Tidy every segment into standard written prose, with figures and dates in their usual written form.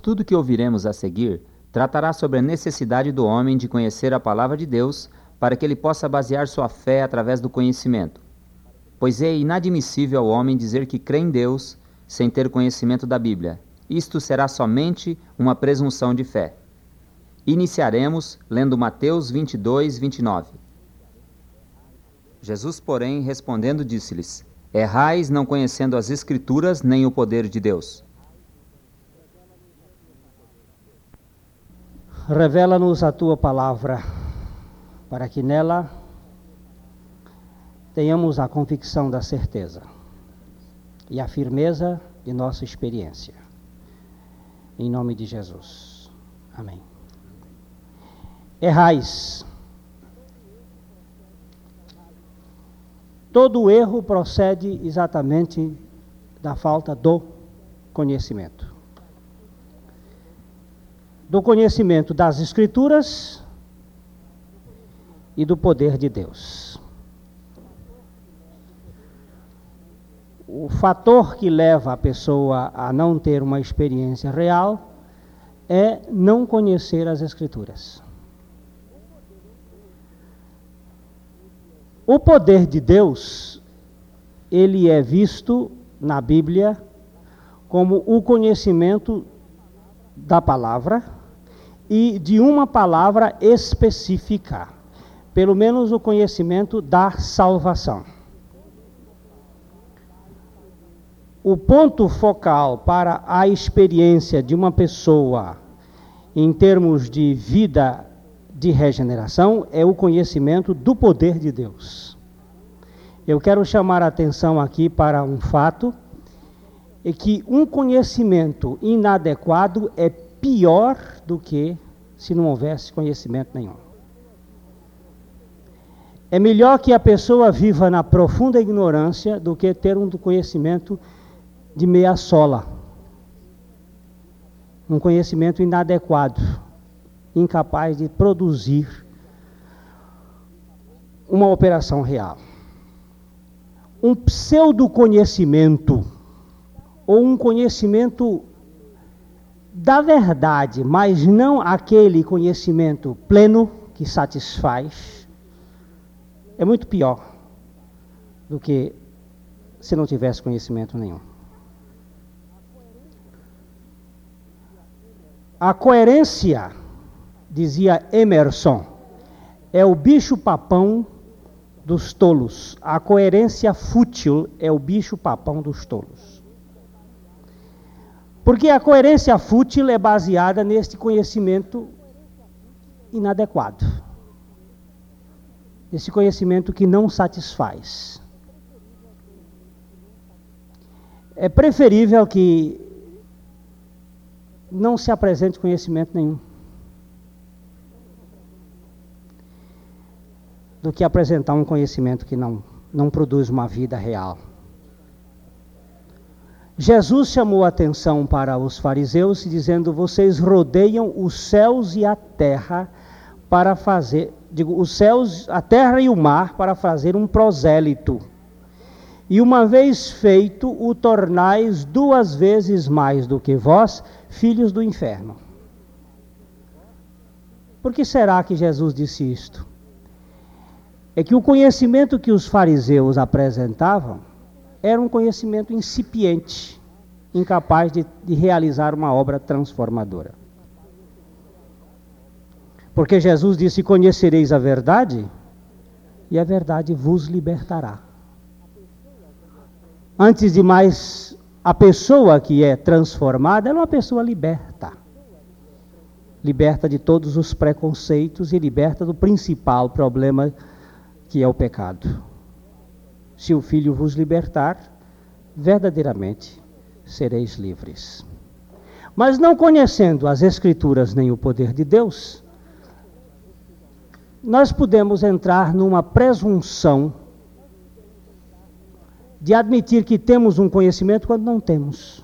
estudo que ouviremos a seguir tratará sobre a necessidade do homem de conhecer a palavra de Deus para que ele possa basear sua fé através do conhecimento. Pois é inadmissível ao homem dizer que crê em Deus sem ter conhecimento da Bíblia. Isto será somente uma presunção de fé. Iniciaremos lendo Mateus 22, 29. Jesus, porém, respondendo, disse-lhes: Errais não conhecendo as Escrituras nem o poder de Deus. Revela-nos a Tua palavra, para que nela tenhamos a convicção da certeza e a firmeza de nossa experiência. Em nome de Jesus. Amém. Errais. Todo erro procede exatamente da falta do conhecimento. Do conhecimento das Escrituras e do poder de Deus. O fator que leva a pessoa a não ter uma experiência real é não conhecer as Escrituras. O poder de Deus, ele é visto na Bíblia como o conhecimento da palavra e de uma palavra específica, pelo menos o conhecimento da salvação. O ponto focal para a experiência de uma pessoa em termos de vida de regeneração é o conhecimento do poder de Deus. Eu quero chamar a atenção aqui para um fato, é que um conhecimento inadequado é pior do que se não houvesse conhecimento nenhum. É melhor que a pessoa viva na profunda ignorância do que ter um conhecimento de meia sola. Um conhecimento inadequado, incapaz de produzir uma operação real. Um pseudo-conhecimento, ou um conhecimento da verdade, mas não aquele conhecimento pleno que satisfaz, é muito pior do que se não tivesse conhecimento nenhum. A coerência, dizia Emerson, é o bicho-papão dos tolos. A coerência fútil é o bicho-papão dos tolos. Porque a coerência fútil é baseada neste conhecimento inadequado. Esse conhecimento que não satisfaz. É preferível que não se apresente conhecimento nenhum, do que apresentar um conhecimento que não produz uma vida real. Jesus chamou a atenção para os fariseus, dizendo: vocês rodeiam os céus e a terra para fazer, os céus, a terra e o mar para fazer um prosélito. E uma vez feito, o tornais 2 vezes mais do que vós, filhos do inferno. Por que será que Jesus disse isto? É que o conhecimento que os fariseus apresentavam era um conhecimento incipiente, incapaz de realizar uma obra transformadora. Porque Jesus disse: conhecereis a verdade, e a verdade vos libertará. Antes de mais, a pessoa que é transformada é uma pessoa liberta. Liberta de todos os preconceitos e liberta do principal problema, que é o pecado. Se o Filho vos libertar, verdadeiramente sereis livres. Mas não conhecendo as Escrituras nem o poder de Deus, nós podemos entrar numa presunção de admitir que temos um conhecimento quando não temos.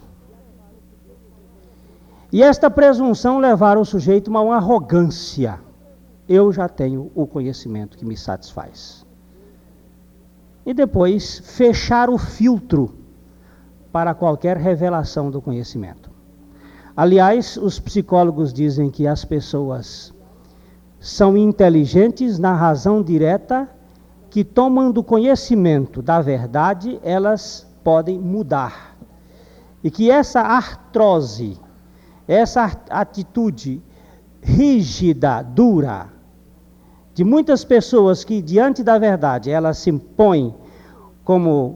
E esta presunção levar o sujeito a uma arrogância. Eu já tenho o conhecimento que me satisfaz. E depois fechar o filtro para qualquer revelação do conhecimento. Aliás, os psicólogos dizem que as pessoas são inteligentes na razão direta que, tomando conhecimento da verdade, elas podem mudar. E que essa artrose, essa atitude rígida, dura, de muitas pessoas que, diante da verdade, elas se impõem como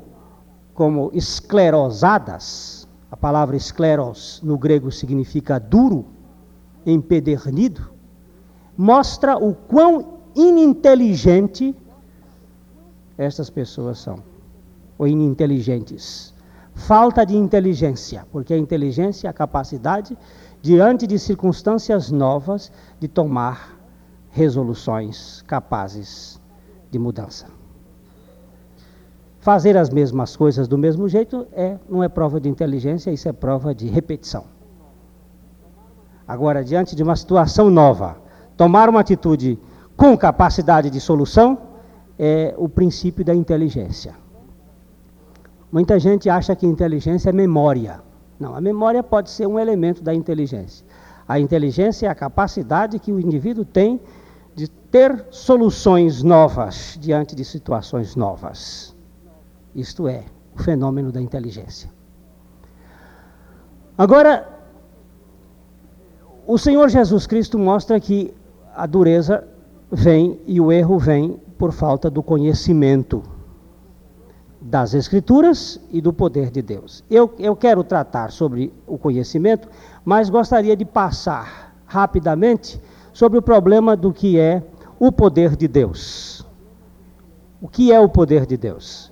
esclerosadas. A palavra escleros no grego significa duro, empedernido, mostra o quão ininteligente estas pessoas são, ou ininteligentes. Falta de inteligência, porque a inteligência é a capacidade, diante de circunstâncias novas, de tomar resoluções capazes de mudança. Fazer as mesmas coisas do mesmo jeito não é prova de inteligência, isso é prova de repetição. Agora, diante de uma situação nova, tomar uma atitude com capacidade de solução é o princípio da inteligência. Muita gente acha que inteligência é memória. Não, a memória pode ser um elemento da inteligência. A inteligência é a capacidade que o indivíduo tem de ter soluções novas diante de situações novas. Isto é o fenômeno da inteligência. Agora, o Senhor Jesus Cristo mostra que a dureza vem e o erro vem por falta do conhecimento das Escrituras e do poder de Deus. Eu quero tratar sobre o conhecimento, mas gostaria de passar rapidamente sobre o problema do que é o poder de Deus. O que é o poder de Deus?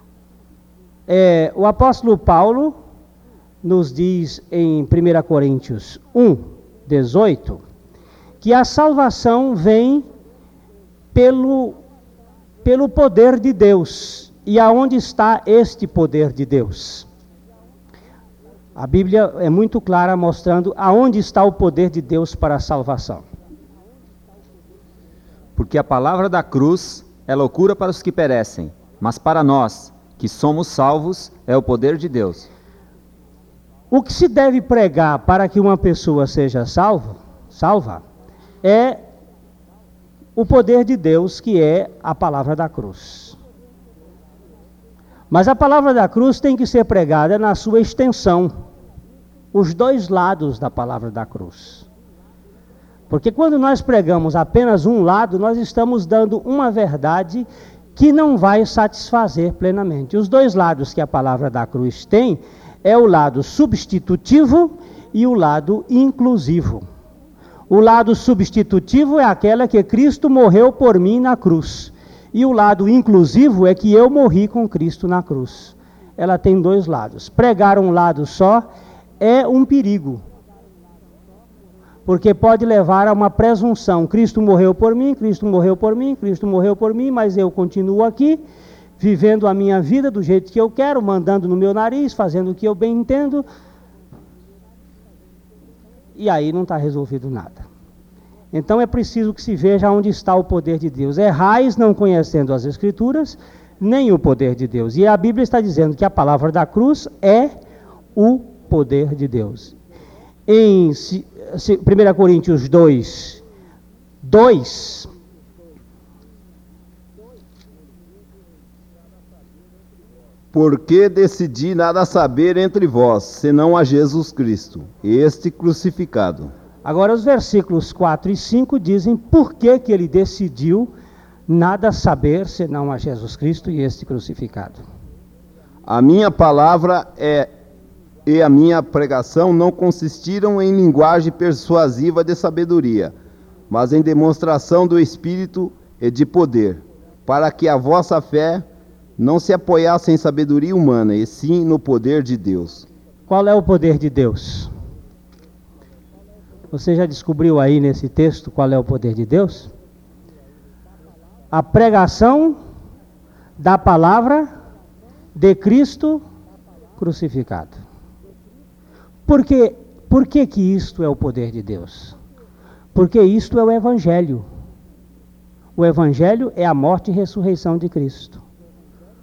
O apóstolo Paulo nos diz em 1 Coríntios 1:18, que a salvação vem pelo poder de Deus. E aonde está este poder de Deus? A Bíblia é muito clara mostrando aonde está o poder de Deus para a salvação. Porque a palavra da cruz é loucura para os que perecem, mas para nós, que somos salvos, é o poder de Deus. O que se deve pregar para que uma pessoa seja salva, é o poder de Deus, que é a palavra da cruz. Mas a palavra da cruz tem que ser pregada na sua extensão, os dois lados da palavra da cruz. Porque quando nós pregamos apenas um lado, nós estamos dando uma verdade que não vai satisfazer plenamente. Os dois lados que a palavra da cruz tem é o lado substitutivo e o lado inclusivo. O lado substitutivo é aquela que Cristo morreu por mim na cruz. E o lado inclusivo é que eu morri com Cristo na cruz. Ela tem dois lados. Pregar um lado só é um perigo, porque pode levar a uma presunção. Cristo morreu por mim, Cristo morreu por mim, Cristo morreu por mim, mas eu continuo aqui, vivendo a minha vida do jeito que eu quero, mandando no meu nariz, fazendo o que eu bem entendo, e aí não está resolvido nada. Então é preciso que se veja onde está o poder de Deus. Errais não conhecendo as Escrituras, nem o poder de Deus. E a Bíblia está dizendo que a palavra da cruz é o poder de Deus. Em 1 Coríntios 2, porque decidi nada saber entre vós, senão a Jesus Cristo, este crucificado. Agora os versículos 4 e 5 dizem por que ele decidiu nada saber, senão a Jesus Cristo e este crucificado. A minha palavra e a minha pregação não consistiram em linguagem persuasiva de sabedoria, mas em demonstração do Espírito e de poder, para que a vossa fé não se apoiasse em sabedoria humana, e sim no poder de Deus. Qual é o poder de Deus? Você já descobriu aí nesse texto qual é o poder de Deus? A pregação da palavra de Cristo crucificado. Por que isto é o poder de Deus? Porque isto é o Evangelho. O Evangelho é a morte e ressurreição de Cristo.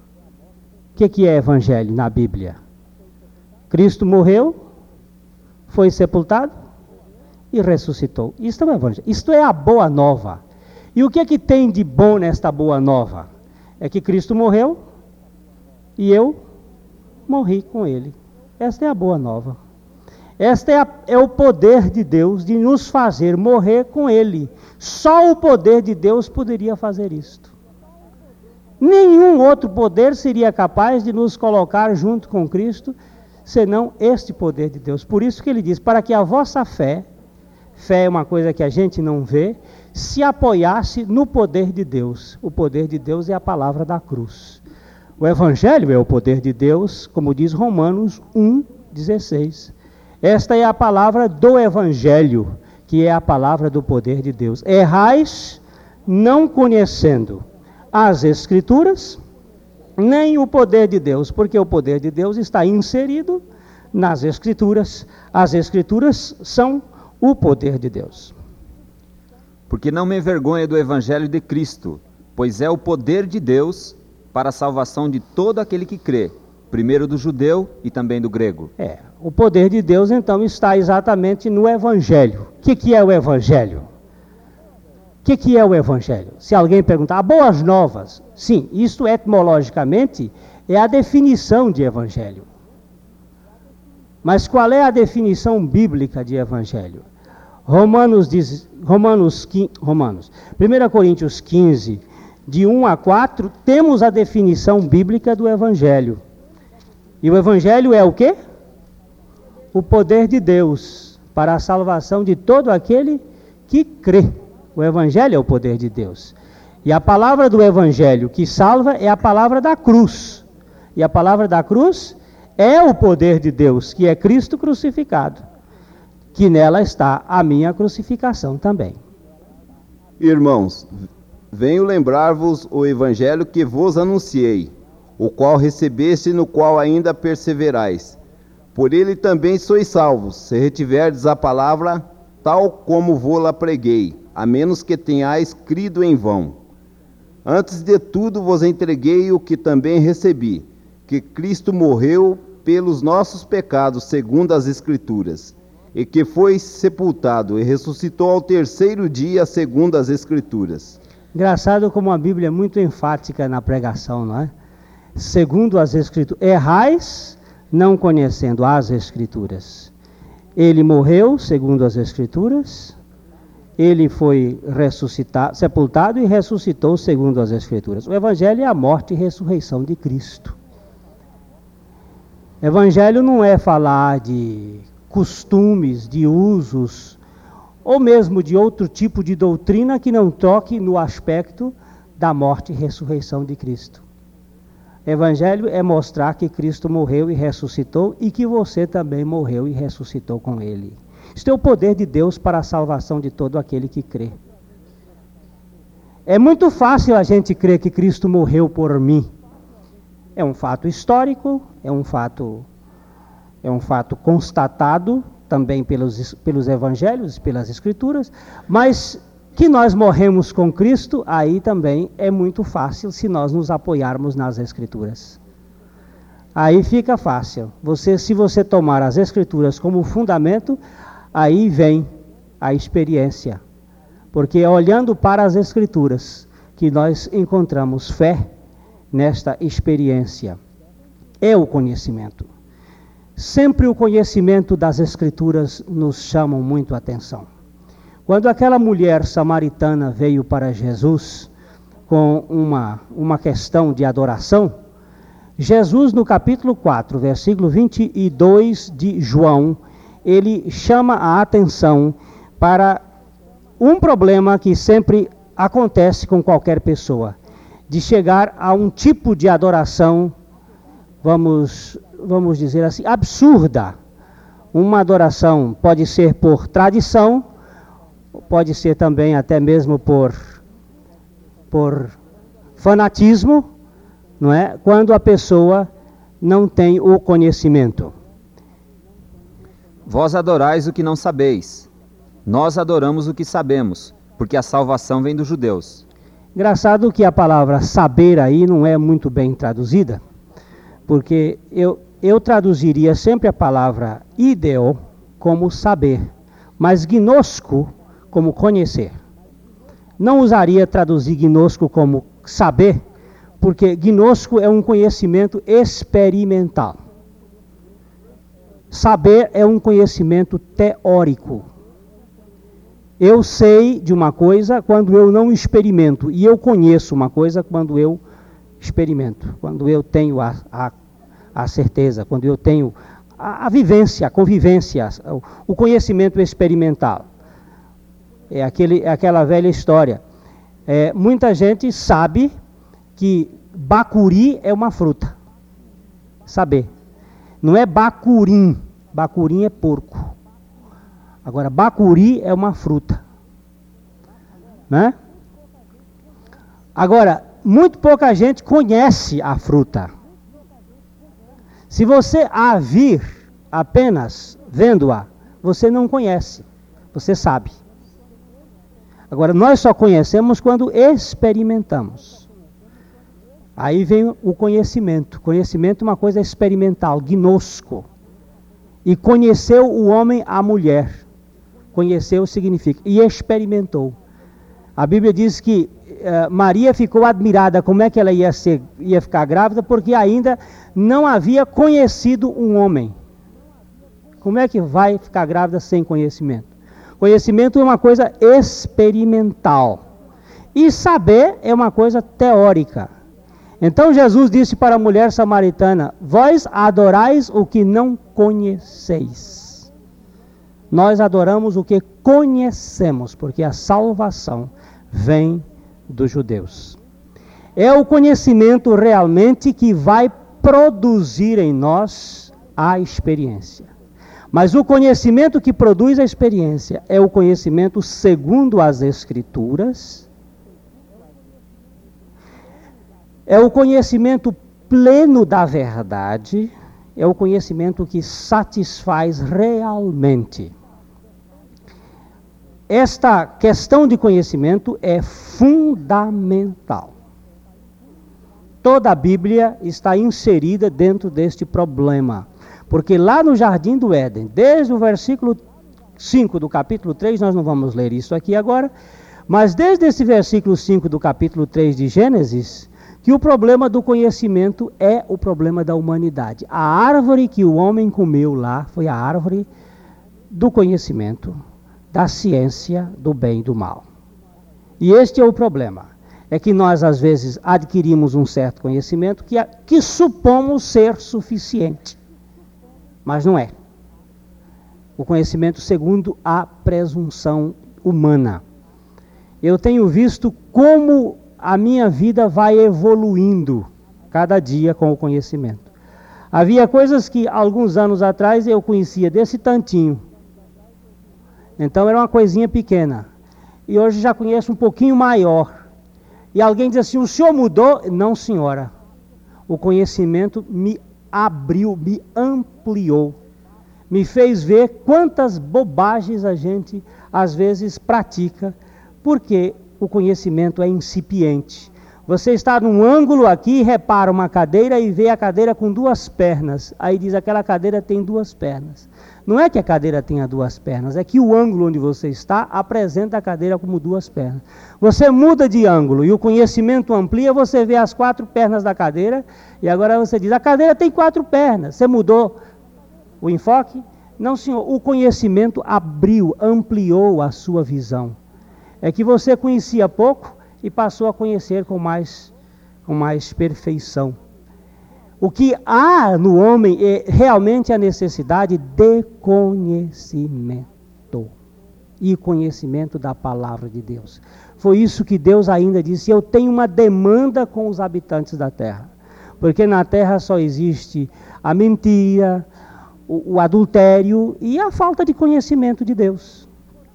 O que é Evangelho na Bíblia? Cristo morreu, foi sepultado e ressuscitou. Isto é o Evangelho. Isto é a boa nova. E o que é que tem de bom nesta boa nova? É que Cristo morreu e eu morri com Ele. Esta é a boa nova. Este é o poder de Deus de nos fazer morrer com Ele. Só o poder de Deus poderia fazer isto. Nenhum outro poder seria capaz de nos colocar junto com Cristo, senão este poder de Deus. Por isso que ele diz, para que a vossa fé é uma coisa que a gente não vê, se apoiasse no poder de Deus. O poder de Deus é a palavra da cruz. O Evangelho é o poder de Deus, como diz Romanos 1,16. Esta é a palavra do Evangelho, que é a palavra do poder de Deus. Errais não conhecendo as Escrituras, nem o poder de Deus, porque o poder de Deus está inserido nas Escrituras. As Escrituras são o poder de Deus. Porque não me envergonho do Evangelho de Cristo, pois é o poder de Deus para a salvação de todo aquele que crê, primeiro do judeu e também do grego. O poder de Deus então está exatamente no Evangelho. O que é o Evangelho? O que é o Evangelho? Se alguém perguntar, boas novas, sim, isto etimologicamente é a definição de Evangelho. Mas qual é a definição bíblica de Evangelho? 1 Coríntios 15, de 1 a 4, temos a definição bíblica do Evangelho. E o Evangelho é o quê? O poder de Deus para a salvação de todo aquele que crê. O Evangelho é o poder de Deus. E a palavra do Evangelho que salva é a palavra da cruz. E a palavra da cruz é o poder de Deus, que é Cristo crucificado. Que nela está a minha crucificação também. Irmãos, venho lembrar-vos o Evangelho que vos anunciei, o qual recebeste e no qual ainda perseverais. Por ele também sois salvos, se retiverdes a palavra tal como vô-la preguei, a menos que tenhais crido em vão. Antes de tudo vos entreguei o que também recebi, que Cristo morreu pelos nossos pecados, segundo as Escrituras, e que foi sepultado e ressuscitou ao terceiro dia, segundo as Escrituras. Engraçado como a Bíblia é muito enfática na pregação, não é? Segundo as Escrituras. Errais não conhecendo as Escrituras. Ele morreu, segundo as Escrituras. Ele foi sepultado e ressuscitou, segundo as Escrituras. O Evangelho é a morte e ressurreição de Cristo. Evangelho não é falar de costumes, de usos, ou mesmo de outro tipo de doutrina que não toque no aspecto da morte e ressurreição de Cristo. Evangelho é mostrar que Cristo morreu e ressuscitou e que você também morreu e ressuscitou com Ele. Isto é o poder de Deus para a salvação de todo aquele que crê. É muito fácil a gente crer que Cristo morreu por mim. É um fato histórico, é um fato constatado também pelos evangelhos, pelas escrituras, mas que nós morremos com Cristo, aí também é muito fácil se nós nos apoiarmos nas escrituras. Aí fica fácil. Se você tomar as escrituras como fundamento, aí vem a experiência. Porque é olhando para as escrituras que nós encontramos fé nesta experiência. É o conhecimento. Sempre o conhecimento das Escrituras nos chama muito a atenção. Quando aquela mulher samaritana veio para Jesus com uma questão de adoração, Jesus no capítulo 4, versículo 22 de João, ele chama a atenção para um problema que sempre acontece com qualquer pessoa, de chegar a um tipo de adoração, vamos dizer assim, absurda. Uma adoração pode ser por tradição, pode ser também até mesmo por fanatismo, não é? Quando a pessoa não tem o conhecimento. Vós adorais o que não sabeis. Nós adoramos o que sabemos, porque a salvação vem dos judeus. Engraçado que a palavra saber aí não é muito bem traduzida, porque eu traduziria sempre a palavra ideo, como saber, mas gnosco como conhecer. Não usaria traduzir gnosco como saber, porque gnosco é um conhecimento experimental. Saber é um conhecimento teórico. Eu sei de uma coisa quando eu não experimento, e eu conheço uma coisa quando eu experimento, quando eu tenho a certeza, quando eu tenho a vivência, a convivência, o conhecimento experimental. É aquela velha história. Muita gente sabe que bacuri é uma fruta. Saber. Não é bacurim. Bacurim é porco. Agora, bacuri é uma fruta. Né? Agora, muito pouca gente conhece a fruta. Se você a vir apenas vendo-a, você não conhece. Você sabe. Agora, nós só conhecemos quando experimentamos. Aí vem o conhecimento. Conhecimento é uma coisa experimental, gnosco. E conheceu o homem a mulher. Conheceu significa. E experimentou. A Bíblia diz que Maria ficou admirada como é que ela ia ficar grávida, porque ainda não havia conhecido um homem. Como é que vai ficar grávida sem conhecimento? Conhecimento é uma coisa experimental. E saber é uma coisa teórica. Então Jesus disse para a mulher samaritana: vós adorais o que não conheceis. Nós adoramos o que conhecemos, porque a salvação vem dos judeus. É o conhecimento realmente que vai produzir em nós a experiência. Mas o conhecimento que produz a experiência é o conhecimento segundo as Escrituras. É o conhecimento pleno da verdade. É o conhecimento que satisfaz realmente. Esta questão de conhecimento é fundamental. Toda a Bíblia está inserida dentro deste problema. Porque lá no Jardim do Éden, desde o versículo 5 do capítulo 3, nós não vamos ler isso aqui agora, mas desde esse versículo 5 do capítulo 3 de Gênesis, que o problema do conhecimento é o problema da humanidade. A árvore que o homem comeu lá foi a árvore do conhecimento, da ciência, do bem e do mal. E este é o problema. É que nós, às vezes, adquirimos um certo conhecimento que supomos ser suficiente. Mas não é. O conhecimento segundo a presunção humana. Eu tenho visto como a minha vida vai evoluindo cada dia com o conhecimento. Havia coisas que alguns anos atrás eu conhecia desse tantinho. Então era uma coisinha pequena. E hoje já conheço um pouquinho maior. E alguém diz assim: o senhor mudou? Não, senhora. O conhecimento me abriu, me ampliou. Me fez ver quantas bobagens a gente às vezes pratica, porque o conhecimento é incipiente. Você está num ângulo aqui, repara uma cadeira e vê a cadeira com duas pernas. Aí diz: aquela cadeira tem duas pernas. Não é que a cadeira tenha duas pernas, é que o ângulo onde você está apresenta a cadeira como duas pernas. Você muda de ângulo e o conhecimento amplia, você vê as quatro pernas da cadeira e agora você diz: a cadeira tem quatro pernas. Você mudou o enfoque? Não, senhor, o conhecimento abriu, ampliou a sua visão. É que você conhecia pouco e passou a conhecer com mais perfeição. O que há no homem é realmente a necessidade de conhecimento. E conhecimento da palavra de Deus. Foi isso que Deus ainda disse: eu tenho uma demanda com os habitantes da terra. Porque na terra só existe a mentira, o adultério e a falta de conhecimento de Deus.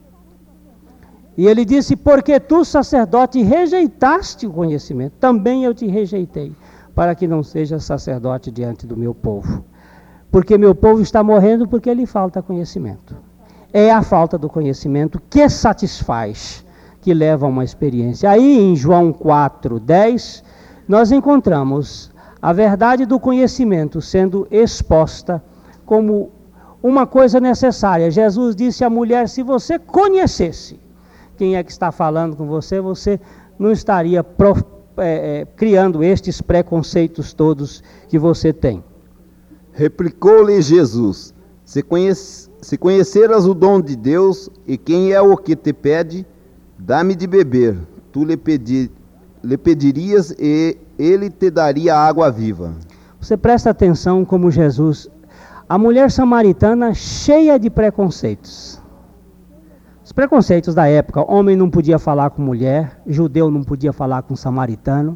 E ele disse: porque tu, sacerdote, rejeitaste o conhecimento, também eu te rejeitei, para que não sejas sacerdote diante do meu povo. Porque meu povo está morrendo porque lhe falta conhecimento. É a falta do conhecimento que satisfaz, que leva a uma experiência. Aí em João 4:10, nós encontramos a verdade do conhecimento sendo exposta como uma coisa necessária. Jesus disse à mulher: se você conhecesse quem é que está falando com você, você não estaria criando estes preconceitos todos que você tem. Replicou-lhe Jesus: se conheceras o dom de Deus e quem é o que te pede, dá-me de beber, tu lhe pedirias e ele te daria água viva. Você presta atenção como Jesus... A mulher samaritana cheia de preconceitos. Os preconceitos da época: homem não podia falar com mulher, judeu não podia falar com samaritano.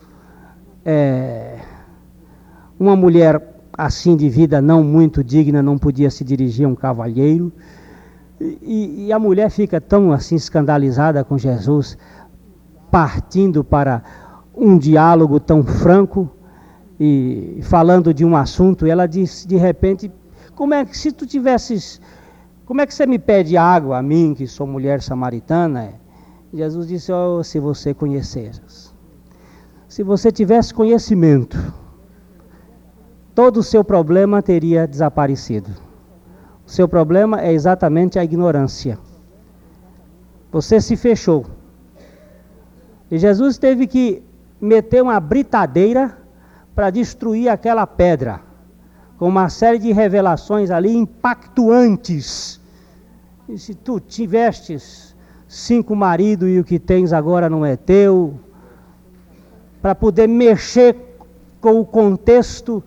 Uma mulher assim de vida não muito digna não podia se dirigir a um cavalheiro. E a mulher fica tão assim escandalizada com Jesus, partindo para um diálogo tão franco e falando de um assunto. Ela disse de repente: como é que você me pede água a mim, que sou mulher samaritana? Jesus disse: oh, se você conheceras, se você tivesse conhecimento, todo o seu problema teria desaparecido. O seu problema é exatamente a ignorância. Você se fechou. E Jesus teve que meter uma britadeira para destruir aquela pedra, com uma série de revelações ali impactuantes. E se tu tivestes 5 maridos e o que tens agora não é teu, para poder mexer com o contexto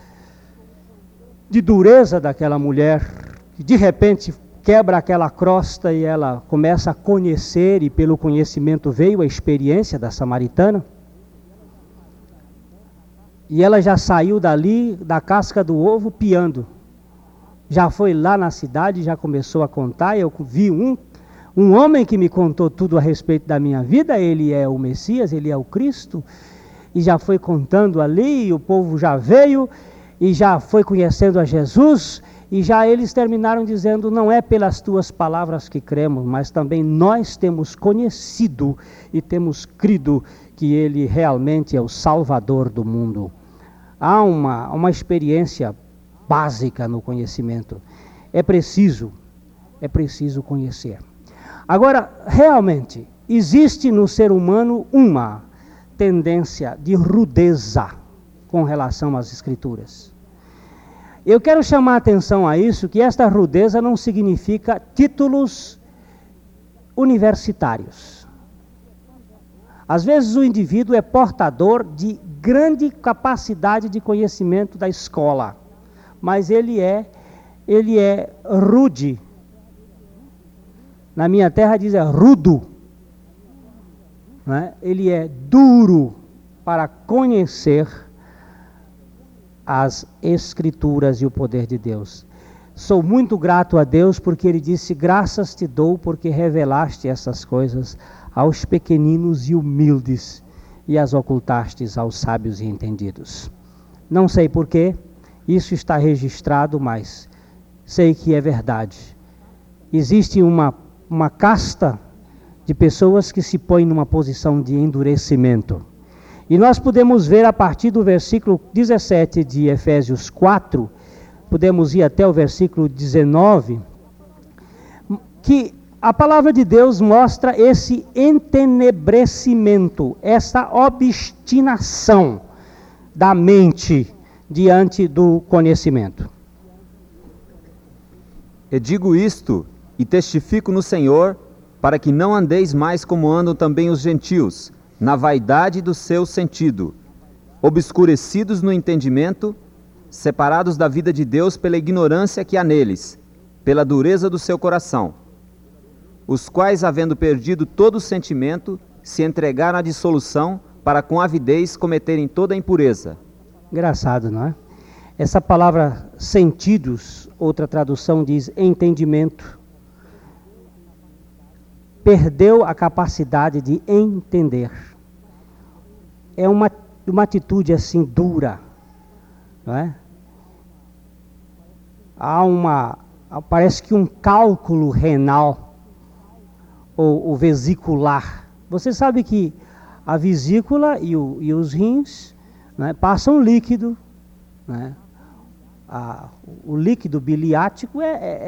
de dureza daquela mulher, que de repente quebra aquela crosta e ela começa a conhecer, e pelo conhecimento veio a experiência da samaritana. E ela já saiu dali, da casca do ovo, piando. Já foi lá na cidade, já começou a contar. Eu vi um homem que me contou tudo a respeito da minha vida. Ele é o Messias, ele é o Cristo. E já foi contando ali, e o povo já veio, e já foi conhecendo a Jesus. E já eles terminaram dizendo: não é pelas tuas palavras que cremos, mas também nós temos conhecido e temos crido que ele realmente é o Salvador do mundo. Há uma experiência básica no conhecimento. É preciso conhecer. Agora, realmente, existe no ser humano uma tendência de rudeza com relação às Escrituras. Eu quero chamar a atenção a isso, que esta rudeza não significa títulos universitários. Às vezes o indivíduo é portador de grande capacidade de conhecimento da escola, mas ele é rude. Na minha terra diz rudo, né? Ele é duro para conhecer as Escrituras e o poder de Deus. Sou muito grato a Deus porque Ele disse: graças te dou porque revelaste essas coisas aos pequeninos e humildes e as ocultastes aos sábios e entendidos. Não sei porquê, isso está registrado, mas sei que é verdade. Existe uma casta de pessoas que se põem numa posição de endurecimento. E nós podemos ver a partir do versículo 17 de Efésios 4, podemos ir até o versículo 19, que a palavra de Deus mostra esse entenebrecimento, essa obstinação da mente diante do conhecimento. Eu digo isto e testifico no Senhor, para que não andeis mais como andam também os gentios, na vaidade do seu sentido, obscurecidos no entendimento, separados da vida de Deus pela ignorância que há neles, pela dureza do seu coração, os quais, havendo perdido todo o sentimento, se entregaram à dissolução, para com avidez cometerem toda a impureza. Engraçado, não é? Essa palavra sentidos, outra tradução diz entendimento, perdeu a capacidade de entender. É uma atitude assim dura, não é? Parece que um cálculo renal ou vesicular. Você sabe que a vesícula e os rins, né, passam líquido, né? o líquido biliático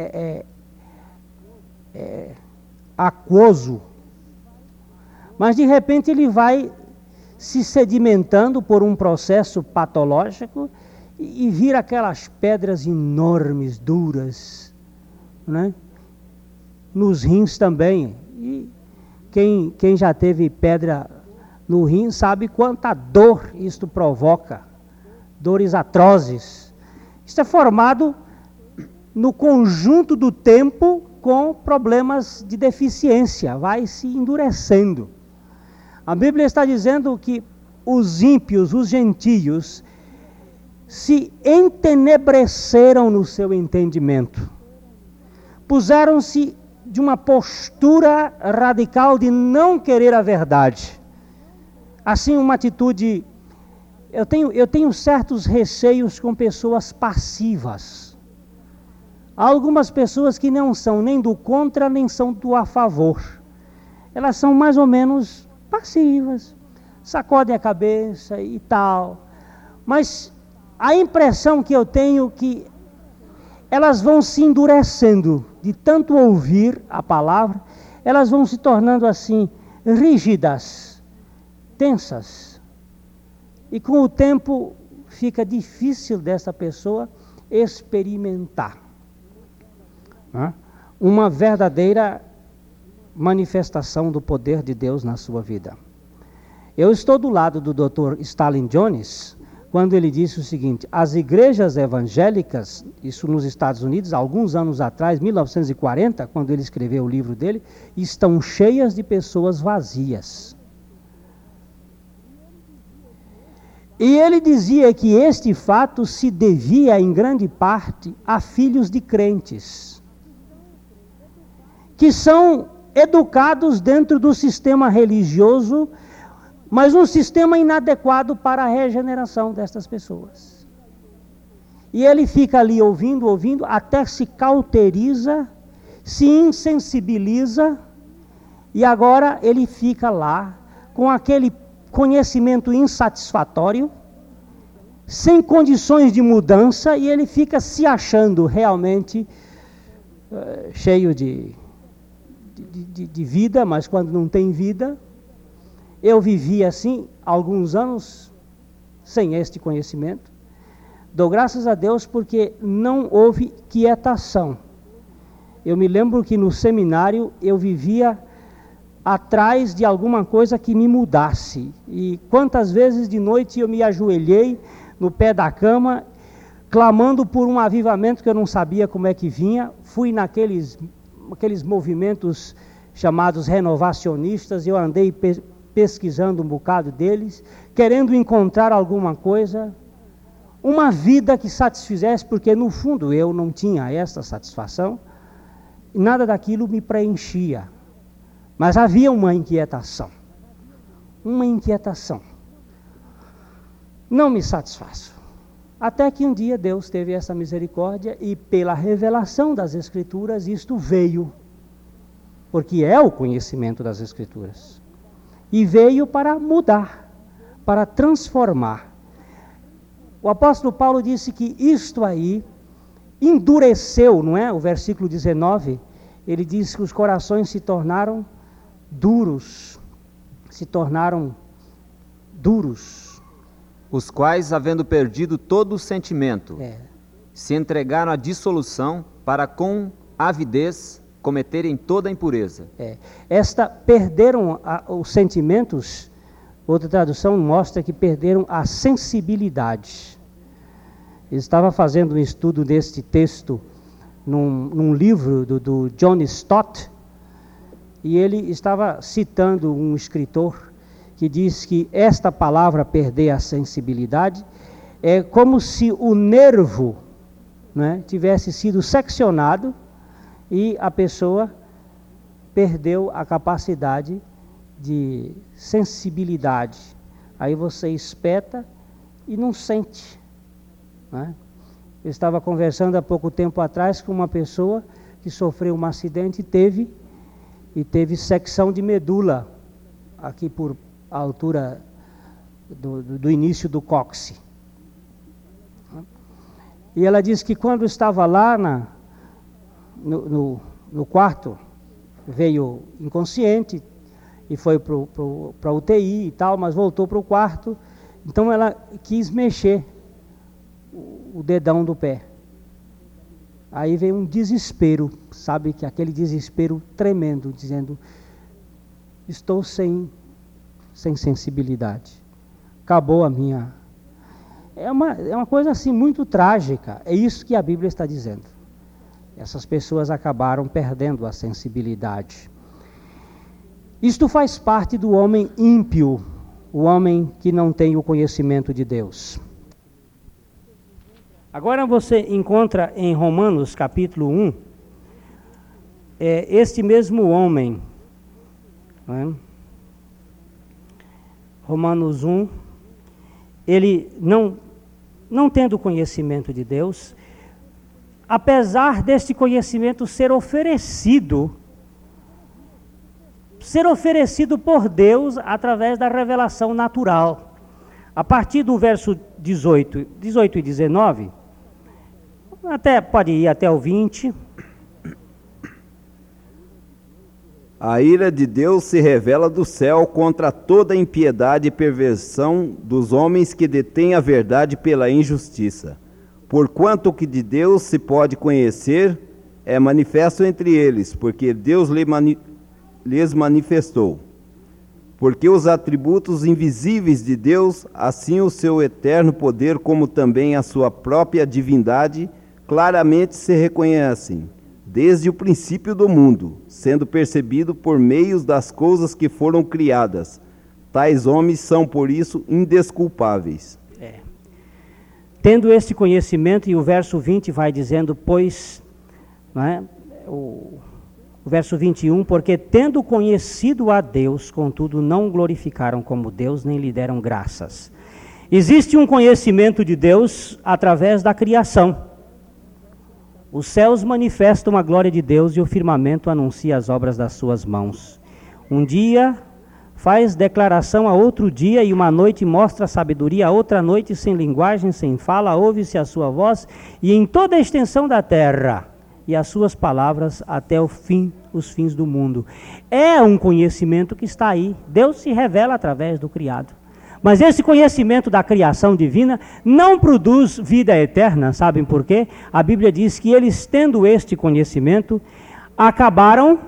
é aquoso, mas de repente ele vai se sedimentando por um processo patológico e vira aquelas pedras enormes, duras, né? Nos rins também. E quem já teve pedra no rim sabe quanta dor isto provoca, dores atrozes. Isto é formado no conjunto do tempo com problemas de deficiência, vai se endurecendo. A Bíblia está dizendo que os ímpios, os gentios, se entenebreceram no seu entendimento. Puseram-se de uma postura radical de não querer a verdade. Assim, uma atitude... Eu tenho certos receios com pessoas passivas. Há algumas pessoas que não são nem do contra, nem são do a favor. Elas são mais ou menos passivas, sacodem a cabeça e tal. Mas a impressão que eu tenho é que elas vão se endurecendo de tanto ouvir a palavra, elas vão se tornando assim, rígidas, tensas. E com o tempo fica difícil dessa pessoa experimentar uma verdadeira manifestação do poder de Deus na sua vida. Eu estou do lado do Dr. Stalin Jones, quando ele disse o seguinte: as igrejas evangélicas, isso nos Estados Unidos, alguns anos atrás, 1940, quando ele escreveu o livro dele, estão cheias de pessoas vazias. E ele dizia que este fato se devia, em grande parte, a filhos de crentes, que são educados dentro do sistema religioso, mas um sistema inadequado para a regeneração destas pessoas. E ele fica ali ouvindo, até se cauteriza, se insensibiliza, e agora ele fica lá com aquele conhecimento insatisfatório, sem condições de mudança, e ele fica se achando realmente cheio de vida, mas quando não tem vida. Eu vivi assim alguns anos sem este conhecimento. Dou graças a Deus porque não houve quietação. Eu me lembro que no seminário eu vivia atrás de alguma coisa que me mudasse. E quantas vezes de noite eu me ajoelhei no pé da cama, clamando por um avivamento que eu não sabia como é que vinha. Fui naqueles movimentos chamados renovacionistas, eu andei pesquisando um bocado deles, querendo encontrar alguma coisa, uma vida que satisfizesse, porque no fundo eu não tinha essa satisfação, e nada daquilo me preenchia. Mas havia uma inquietação. Não me satisfaço. Até que um dia Deus teve essa misericórdia e pela revelação das Escrituras isto veio, porque é o conhecimento das Escrituras. E veio para mudar, para transformar. O apóstolo Paulo disse que isto aí endureceu, não é? O versículo 19, ele diz que os corações se tornaram duros. Os quais, havendo perdido todo o sentimento, se entregaram à dissolução para com avidez cometerem toda a impureza. Perderam os sentimentos. Outra tradução mostra que perderam a sensibilidade. Eu estava fazendo um estudo deste texto num livro do John Stott, e ele estava citando um escritor que diz que esta palavra perder a sensibilidade é como se o nervo, né, tivesse sido seccionado e a pessoa perdeu a capacidade de sensibilidade. Aí você espeta e não sente, né? Eu estava conversando há pouco tempo atrás com uma pessoa que sofreu um acidente e teve secção de medula aqui por a altura do início do cóccix. E ela disse que quando estava lá no quarto, veio inconsciente e foi para a UTI e tal, mas voltou para o quarto. Então ela quis mexer o dedão do pé. Aí veio um desespero, sabe, que aquele desespero tremendo, dizendo: estou sem sensibilidade. Acabou a minha... É uma coisa assim muito trágica. É isso que a Bíblia está dizendo. Essas pessoas acabaram perdendo a sensibilidade. Isto faz parte do homem ímpio, o homem que não tem o conhecimento de Deus. Agora você encontra em Romanos capítulo 1, este mesmo homem, né? Romanos 1, ele não tendo conhecimento de Deus, apesar deste conhecimento ser oferecido por Deus através da revelação natural. A partir do verso 18 e 19, pode ir até o 20. A ira de Deus se revela do céu contra toda a impiedade e perversão dos homens que detêm a verdade pela injustiça. Porquanto o que de Deus se pode conhecer é manifesto entre eles, porque Deus lhes manifestou. Porque os atributos invisíveis de Deus, assim o seu eterno poder, como também a sua própria divindade, claramente se reconhecem, desde o princípio do mundo, sendo percebido por meio das coisas que foram criadas. Tais homens são, por isso, indesculpáveis. Tendo este conhecimento, e o verso 20 vai dizendo, pois, né, o verso 21, porque tendo conhecido a Deus, contudo não o glorificaram como Deus, nem lhe deram graças. Existe um conhecimento de Deus através da criação. Os céus manifestam a glória de Deus e o firmamento anuncia as obras das suas mãos. Um dia faz declaração a outro dia, e uma noite mostra a sabedoria, a outra noite sem linguagem, sem fala, ouve-se a sua voz, e em toda a extensão da terra, e as suas palavras até o fim, os fins do mundo. É um conhecimento que está aí. Deus se revela através do criado. Mas esse conhecimento da criação divina não produz vida eterna, sabem por quê? A Bíblia diz que eles, tendo este conhecimento, acabaram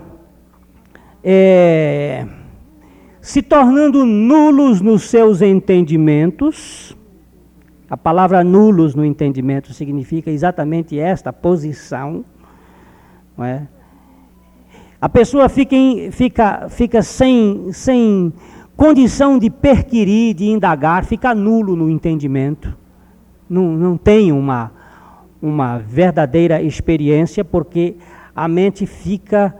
se tornando nulos nos seus entendimentos. A palavra nulos no entendimento significa exatamente esta posição. Não é? A pessoa fica sem condição de perquirir, de indagar, fica nulo no entendimento. Não tem uma verdadeira experiência, porque a mente fica...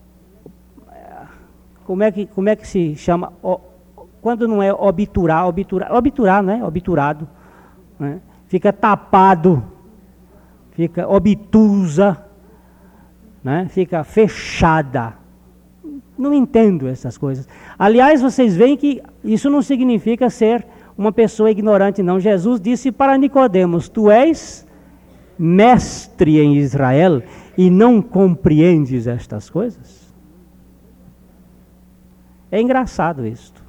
Como é que se chama? Quando não é obturar, não é? Obturado. Né? Fica tapado, fica obtusa, né? Fica fechada. Não entendo essas coisas. Aliás, vocês veem que isso não significa ser uma pessoa ignorante, não. Jesus disse para Nicodemos: tu és mestre em Israel e não compreendes estas coisas? É engraçado isto.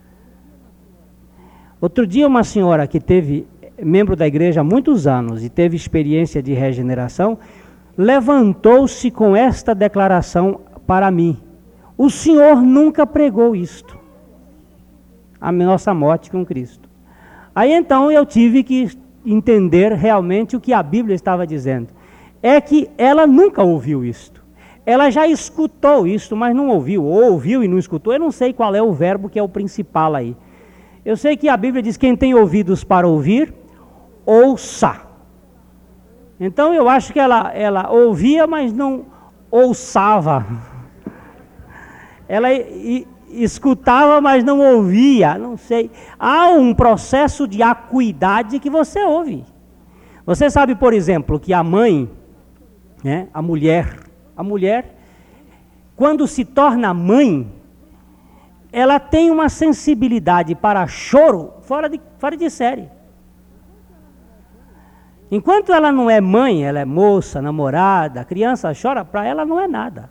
Outro dia uma senhora que teve, membro da igreja há muitos anos e teve experiência de regeneração, levantou-se com esta declaração para mim: o Senhor nunca pregou isto, a nossa morte com Cristo. Aí então eu tive que entender realmente o que a Bíblia estava dizendo. É que ela nunca ouviu isto. Ela já escutou isto, mas não ouviu, ou ouviu e não escutou. Eu não sei qual é o verbo que é o principal aí. Eu sei que a Bíblia diz: quem tem ouvidos para ouvir, ouça. Então eu acho que ela ouvia, mas não ouçava. Ela escutava, mas não ouvia, não sei. Há um processo de acuidade que você ouve. Você sabe, por exemplo, que a mãe, né, a mulher, quando se torna mãe, ela tem uma sensibilidade para choro fora de série. Enquanto ela não é mãe, ela é moça, namorada, a criança chora, para ela não é nada.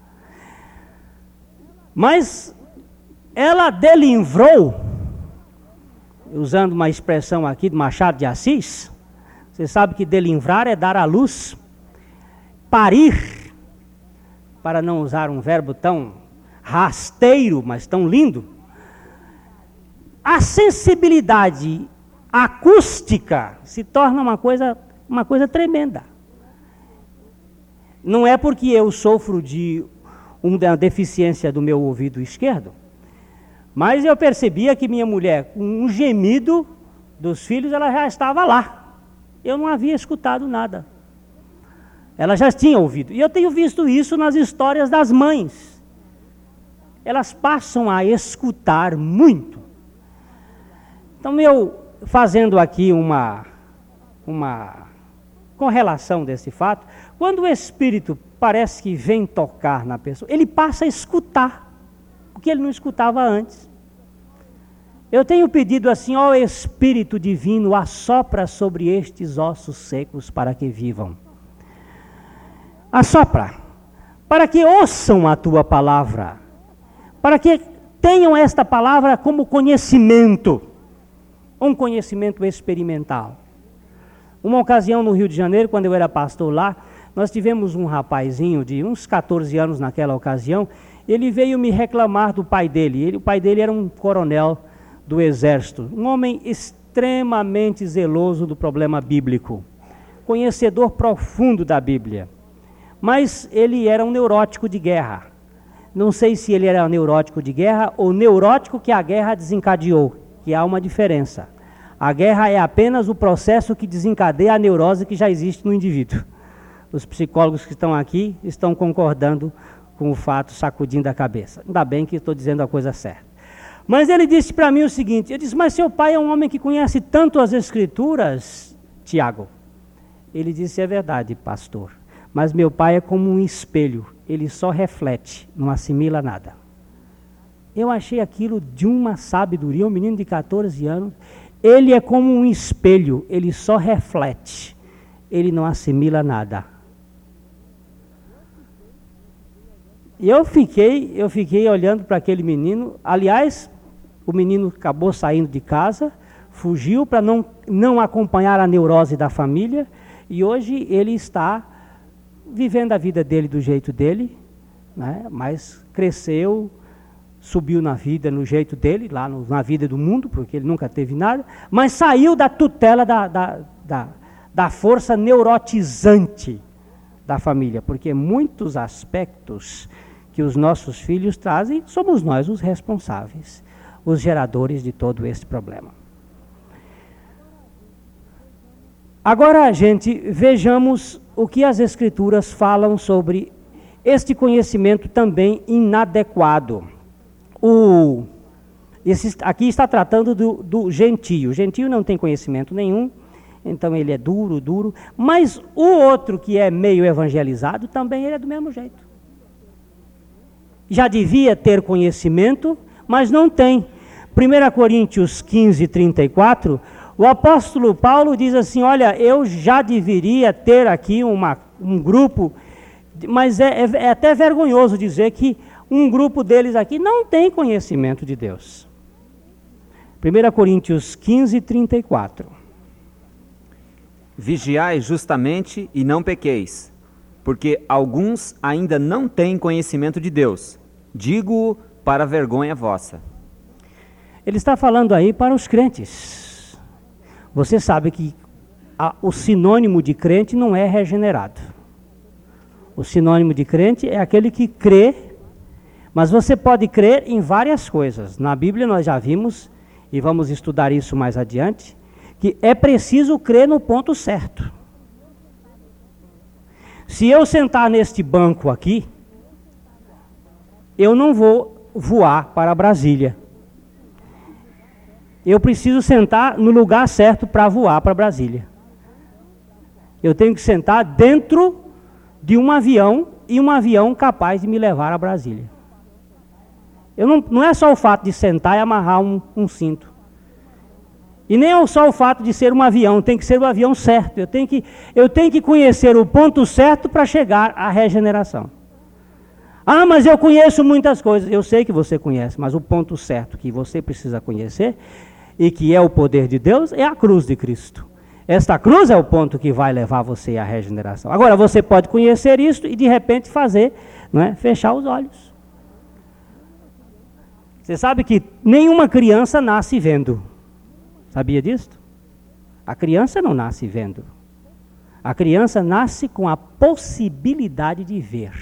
Mas ela delivrou, usando uma expressão aqui do Machado de Assis, você sabe que delivrar é dar à luz, parir, para não usar um verbo tão rasteiro, mas tão lindo. A sensibilidade acústica se torna uma coisa tremenda. Não é porque eu sofro de uma deficiência do meu ouvido esquerdo, mas eu percebia que minha mulher, com um gemido dos filhos, ela já estava lá. Eu não havia escutado nada. Ela já tinha ouvido. E eu tenho visto isso nas histórias das mães. Elas passam a escutar muito. Então, eu fazendo aqui uma correlação desse fato, quando o Espírito parece que vem tocar na pessoa, ele passa a escutar, porque ele não escutava antes. Eu tenho pedido assim, ó Espírito Divino, assopra sobre estes ossos secos para que vivam. Assopra, para que ouçam a tua palavra, para que tenham esta palavra como conhecimento, um conhecimento experimental. Uma ocasião no Rio de Janeiro, quando eu era pastor lá, nós tivemos um rapazinho de uns 14 anos naquela ocasião, ele veio me reclamar do pai dele. O pai dele era um coronel do exército, um homem extremamente zeloso do problema bíblico, conhecedor profundo da Bíblia, mas ele era um neurótico de guerra. Não sei se ele era neurótico de guerra ou neurótico que a guerra desencadeou, que há uma diferença. A guerra é apenas o processo que desencadeia a neurose que já existe no indivíduo. Os psicólogos que estão aqui estão concordando com o fato, sacudindo a cabeça. Ainda bem que estou dizendo a coisa certa. Mas ele disse para mim o seguinte, eu disse, mas seu pai é um homem que conhece tanto as Escrituras, Tiago. Ele disse, é verdade, pastor, mas meu pai é como um espelho, ele só reflete, não assimila nada. Eu achei aquilo de uma sabedoria, um menino de 14 anos, ele é como um espelho, ele só reflete, ele não assimila nada. E eu fiquei olhando para aquele menino. Aliás, o menino acabou saindo de casa, fugiu para não acompanhar a neurose da família, e hoje ele está vivendo a vida dele do jeito dele, né? Mas cresceu, subiu na vida no jeito dele, lá na vida do mundo, porque ele nunca teve nada, mas saiu da tutela da força neurotizante da família, porque muitos aspectos que os nossos filhos trazem, somos nós os responsáveis, os geradores de todo esse problema. Agora, gente, vejamos o que as Escrituras falam sobre este conhecimento também inadequado. Aqui está tratando do gentio. O gentio não tem conhecimento nenhum, então ele é duro, mas o outro que é meio evangelizado, também ele é do mesmo jeito. Já devia ter conhecimento, mas não tem. 1 Coríntios 15, 34, o apóstolo Paulo diz assim, olha, eu já deveria ter aqui um grupo, mas é até vergonhoso dizer que um grupo deles aqui não tem conhecimento de Deus. 1 Coríntios 15, 34. Vigiai justamente e não pequeis, porque alguns ainda não têm conhecimento de Deus. Digo-o para vergonha vossa. Ele está falando aí para os crentes. Você sabe que o sinônimo de crente não é regenerado. O sinônimo de crente é aquele que crê, mas você pode crer em várias coisas. Na Bíblia nós já vimos, e vamos estudar isso mais adiante, que é preciso crer no ponto certo. Se eu sentar neste banco aqui, eu não vou voar para Brasília. Eu preciso sentar no lugar certo para voar para Brasília. Eu tenho que sentar dentro de um avião, e um avião capaz de me levar a Brasília. Não é só o fato de sentar e amarrar um cinto. E nem é só o fato de ser um avião, tem que ser o avião certo. Eu tenho que conhecer o ponto certo para chegar à regeneração. Ah, mas eu conheço muitas coisas. Eu sei que você conhece, mas o ponto certo que você precisa conhecer, e que é o poder de Deus, é a cruz de Cristo. Esta cruz é o ponto que vai levar você à regeneração. Agora, você pode conhecer isso e de repente fazer, não é? Fechar os olhos. Você sabe que nenhuma criança nasce vendo. Sabia disso? A criança não nasce vendo. A criança nasce com a possibilidade de ver.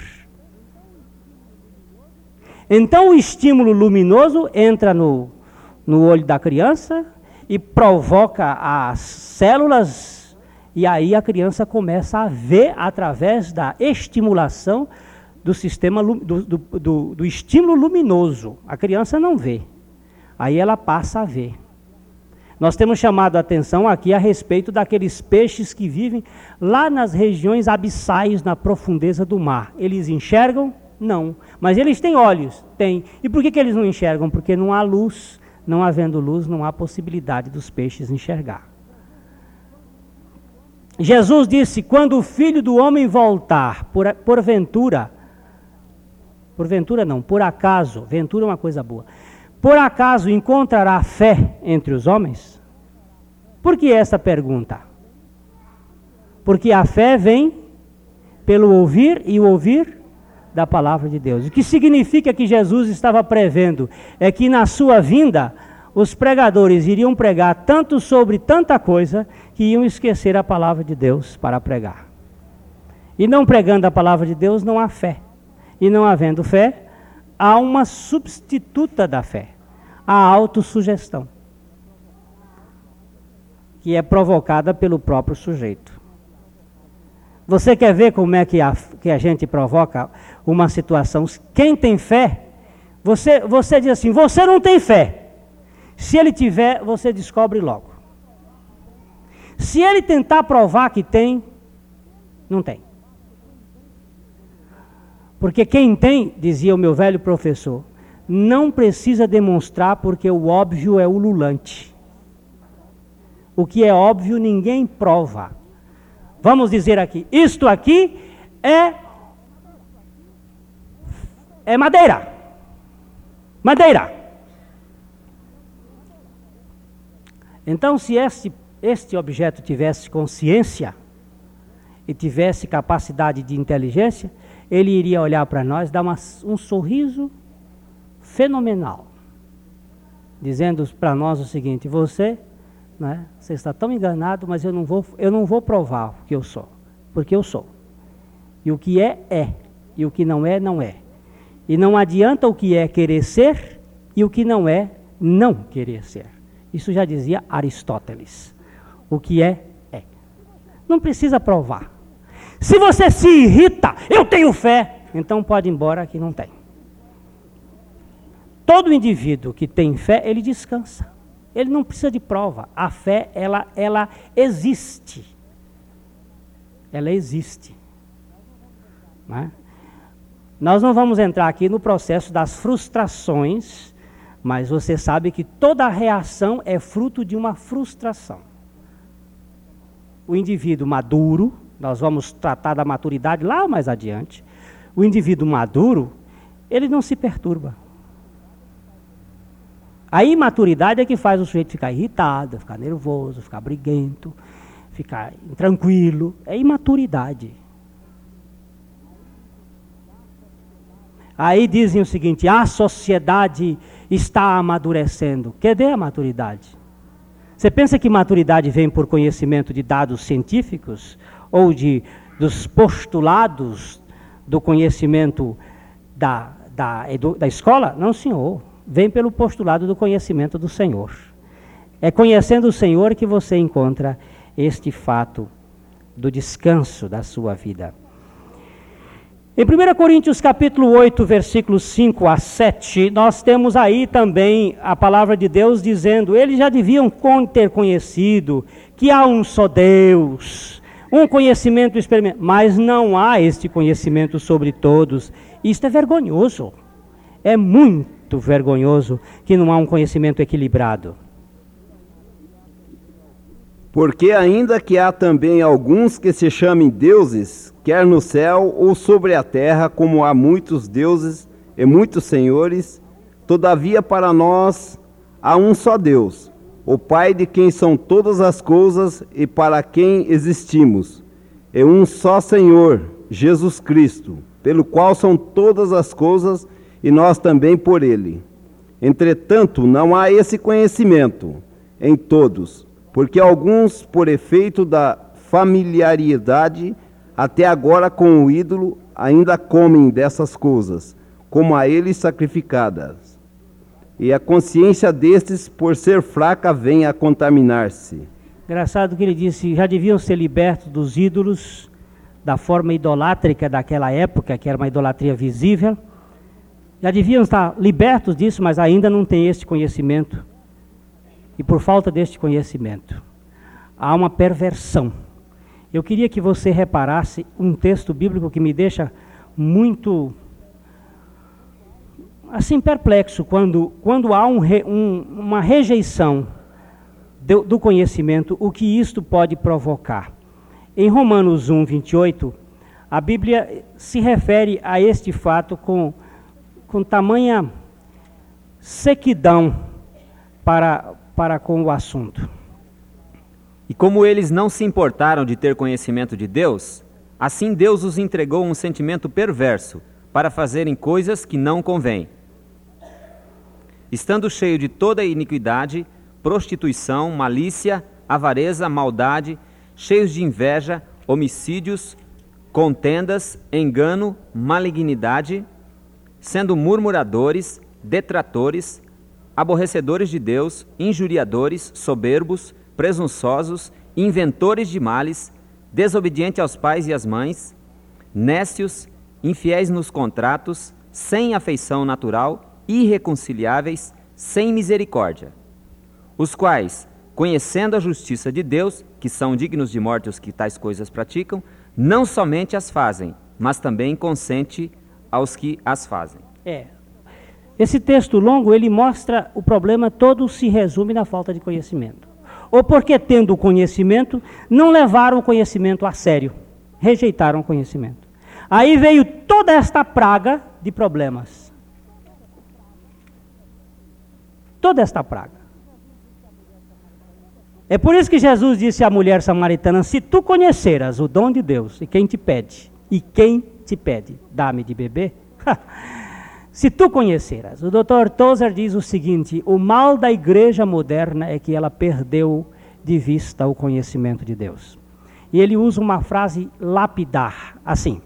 Então o estímulo luminoso entra no olho da criança e provoca as células, e aí a criança começa a ver através da estimulação do sistema do estímulo luminoso. A criança não vê, aí ela passa a ver. Nós temos chamado a atenção aqui a respeito daqueles peixes que vivem lá nas regiões abissais, na profundeza do mar. Eles enxergam? Não. Mas eles têm olhos? Têm. E por que eles não enxergam? Porque não há luz. Não havendo luz, não há possibilidade dos peixes enxergar. Jesus disse, quando o Filho do Homem voltar, por acaso, ventura é uma coisa boa, por acaso encontrará fé entre os homens? Por que essa pergunta? Porque a fé vem pelo ouvir e o ouvir da palavra de Deus. O que significa que Jesus estava prevendo é que na sua vinda os pregadores iriam pregar tanto sobre tanta coisa que iam esquecer a palavra de Deus para pregar. E não pregando a palavra de Deus não há fé. E não havendo fé, há uma substituta da fé, a autossugestão, que é provocada pelo próprio sujeito. Você quer ver como é que a gente provoca uma situação? Quem tem fé, você diz assim, você não tem fé. Se ele tiver, você descobre logo. Se ele tentar provar que tem, não tem. Porque quem tem, dizia o meu velho professor, não precisa demonstrar porque o óbvio é ululante. O que é óbvio ninguém prova. Vamos dizer aqui, isto aqui é madeira. Madeira. Então, se este objeto tivesse consciência e tivesse capacidade de inteligência, ele iria olhar para nós, dar um sorriso fenomenal, dizendo para nós o seguinte, você está tão enganado, mas eu não vou provar o que eu sou, porque eu sou. E o que é, e o que não é, não é. E não adianta o que é querer ser, e o que não é, não querer ser. Isso já dizia Aristóteles. O que é. Não precisa provar. Se você se irrita, eu tenho fé, então pode ir embora que não tem. Todo indivíduo que tem fé, ele descansa. Ele não precisa de prova. A fé, ela existe. Ela existe. Não é? Nós não vamos entrar aqui no processo das frustrações, mas você sabe que toda reação é fruto de uma frustração. O indivíduo maduro, nós vamos tratar da maturidade lá mais adiante. O indivíduo maduro, ele não se perturba. A imaturidade é que faz o sujeito ficar irritado, ficar nervoso, ficar briguento, ficar intranquilo. É imaturidade. Aí dizem o seguinte, a sociedade está amadurecendo. Cadê a maturidade? Você pensa que maturidade vem por conhecimento de dados científicos? Ou dos postulados do conhecimento da escola? Não, senhor. Vem pelo postulado do conhecimento do Senhor. É conhecendo o Senhor que você encontra este fato do descanso da sua vida. Em 1 Coríntios capítulo 8, versículos 5 a 7, nós temos aí também a palavra de Deus dizendo, eles já deviam ter conhecido que há um só Deus, um conhecimento experimental, mas não há este conhecimento sobre todos. Isto é vergonhoso, é muito vergonhoso que não há um conhecimento equilibrado. Porque ainda que há também alguns que se chamem deuses, quer no céu ou sobre a terra, como há muitos deuses e muitos senhores, todavia para nós há um só Deus, o Pai de quem são todas as coisas e para quem existimos, e um só Senhor, Jesus Cristo, pelo qual são todas as coisas e nós também por ele. Entretanto, não há esse conhecimento em todos, porque alguns, por efeito da familiaridade, até agora com o ídolo, ainda comem dessas coisas, como a eles sacrificadas. E a consciência destes, por ser fraca, vem a contaminar-se. Engraçado que ele disse, já deviam ser libertos dos ídolos, da forma idolátrica daquela época, que era uma idolatria visível. Já deviam estar libertos disso, mas ainda não têm este conhecimento. E por falta deste conhecimento, há uma perversão. Eu queria que você reparasse um texto bíblico que me deixa muito assim perplexo, quando há uma rejeição do conhecimento, o que isto pode provocar. Em Romanos 1, 28, a Bíblia se refere a este fato com tamanha sequidão para com o assunto. E como eles não se importaram de ter conhecimento de Deus, assim Deus os entregou um sentimento perverso para fazerem coisas que não convêm. Estando cheio de toda iniquidade, prostituição, malícia, avareza, maldade, cheios de inveja, homicídios, contendas, engano, malignidade, sendo murmuradores, detratores, aborrecedores de Deus, injuriadores, soberbos, presunçosos, inventores de males, desobedientes aos pais e às mães, nécios, infiéis nos contratos, sem afeição natural, irreconciliáveis, sem misericórdia, os quais, conhecendo a justiça de Deus, que são dignos de morte os que tais coisas praticam, não somente as fazem, mas também consente aos que as fazem. Esse texto longo, ele mostra o problema todo se resume na falta de conhecimento. Ou porque, tendo o conhecimento, não levaram o conhecimento a sério, rejeitaram o conhecimento. Aí veio toda esta praga de problemas. Toda esta praga. É por isso que Jesus disse à mulher samaritana, se tu conheceras o dom de Deus, e quem te pede, dá-me de beber, se tu conheceras. O Dr. Tozer diz o seguinte, o mal da igreja moderna é que ela perdeu de vista o conhecimento de Deus. E ele usa uma frase lapidar, assim,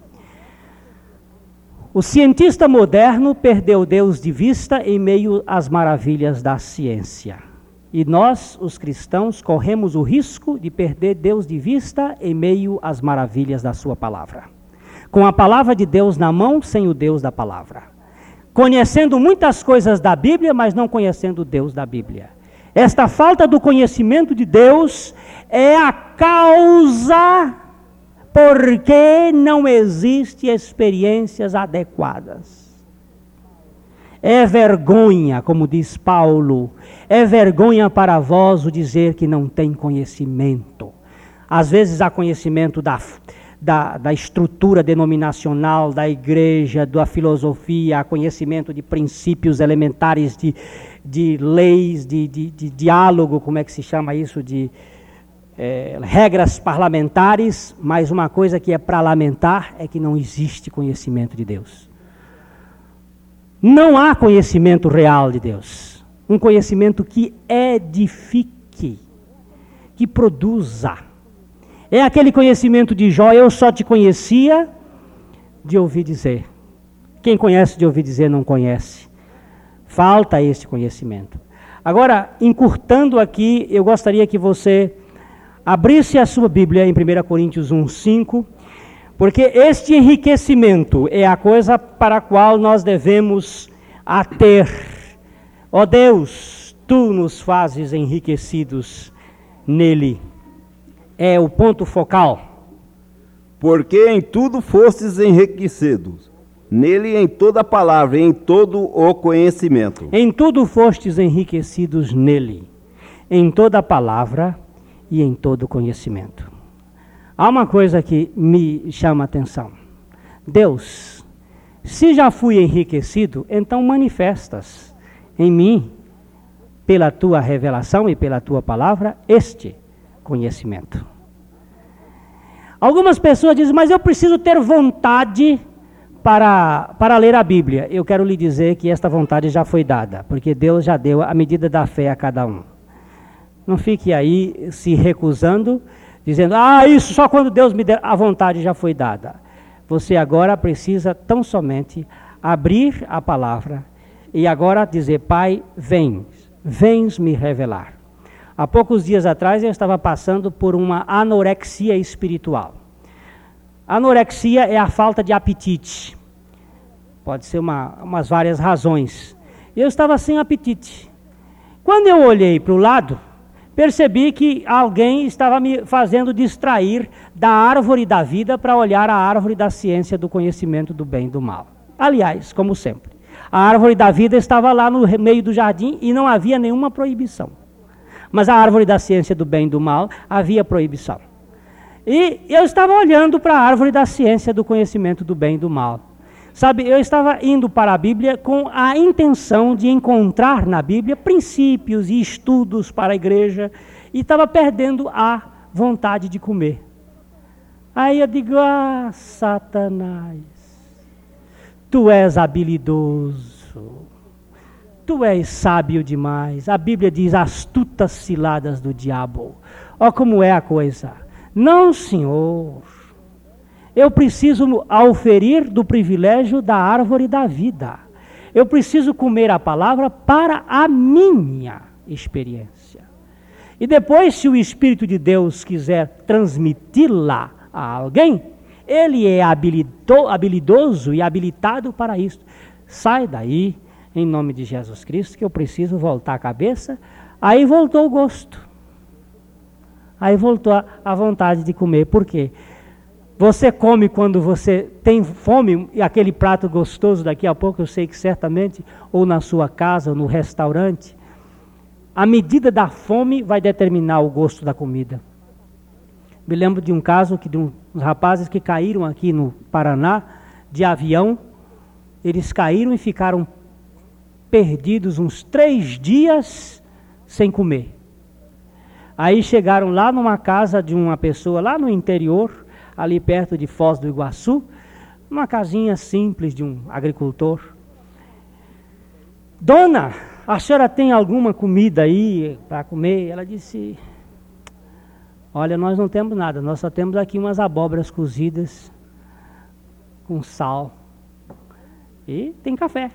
o cientista moderno perdeu Deus de vista em meio às maravilhas da ciência. E nós, os cristãos, corremos o risco de perder Deus de vista em meio às maravilhas da sua palavra. Com a palavra de Deus na mão, sem o Deus da palavra. Conhecendo muitas coisas da Bíblia, mas não conhecendo o Deus da Bíblia. Esta falta do conhecimento de Deus é a causa porque não existem experiências adequadas. É vergonha, como diz Paulo, é vergonha para vós o dizer que não tem conhecimento. Às vezes há conhecimento da estrutura denominacional da igreja, da filosofia, há conhecimento de princípios elementares, de leis, de diálogo, como é que se chama isso, de regras parlamentares, mas uma coisa que é para lamentar é que não existe conhecimento de Deus. Não há conhecimento real de Deus. Um conhecimento que edifique, que produza. É aquele conhecimento de Jó, eu só te conhecia de ouvir dizer. Quem conhece de ouvir dizer não conhece. Falta esse conhecimento. Agora, encurtando aqui, eu gostaria que você abrisse a sua Bíblia em 1 Coríntios 1:5, porque este enriquecimento é a coisa para a qual nós devemos ater. Ó Deus, tu nos fazes enriquecidos nele. É o ponto focal. Porque em tudo fostes enriquecidos, nele em toda a palavra, em todo o conhecimento. Em tudo fostes enriquecidos nele, em toda a palavra e em todo conhecimento. Há uma coisa que me chama a atenção. Deus, se já fui enriquecido, então manifestas em mim, pela tua revelação e pela tua palavra, este conhecimento. Algumas pessoas dizem, mas eu preciso ter vontade para ler a Bíblia. Eu quero lhe dizer que esta vontade já foi dada, porque Deus já deu a medida da fé a cada um. Não fique aí se recusando, dizendo, isso só quando Deus me der. A vontade já foi dada. Você agora precisa tão somente abrir a palavra e agora dizer, Pai, vens me revelar. Há poucos dias atrás eu estava passando por uma anorexia espiritual. Anorexia é a falta de apetite. Pode ser umas várias razões. Eu estava sem apetite. Quando eu olhei para o lado, percebi que alguém estava me fazendo distrair da árvore da vida para olhar a árvore da ciência do conhecimento do bem e do mal. Aliás, como sempre, a árvore da vida estava lá no meio do jardim e não havia nenhuma proibição. Mas a árvore da ciência do bem e do mal havia proibição. E eu estava olhando para a árvore da ciência do conhecimento do bem e do mal. Sabe, eu estava indo para a Bíblia com a intenção de encontrar na Bíblia princípios e estudos para a igreja e estava perdendo a vontade de comer. Aí eu digo, Satanás, tu és habilidoso, tu és sábio demais. A Bíblia diz astutas ciladas do diabo. Ó como é a coisa. Não, senhor. Eu preciso auferir do privilégio da árvore da vida. Eu preciso comer a palavra para a minha experiência. E depois, se o Espírito de Deus quiser transmiti-la a alguém, ele é habilidoso e habilitado para isso. Sai daí, em nome de Jesus Cristo, que eu preciso voltar a cabeça. Aí voltou o gosto. Aí voltou a vontade de comer. Por quê? Você come quando você tem fome, e aquele prato gostoso daqui a pouco, eu sei que certamente, ou na sua casa, ou no restaurante, a medida da fome vai determinar o gosto da comida. Me lembro de um caso de uns rapazes que caíram aqui no Paraná, de avião, eles caíram e ficaram perdidos uns 3 dias sem comer. Aí chegaram lá numa casa de uma pessoa, lá no interior, ali perto de Foz do Iguaçu, uma casinha simples de um agricultor. Dona, a senhora tem alguma comida aí para comer? Ela disse, olha, nós não temos nada, nós só temos aqui umas abóboras cozidas com sal e tem café.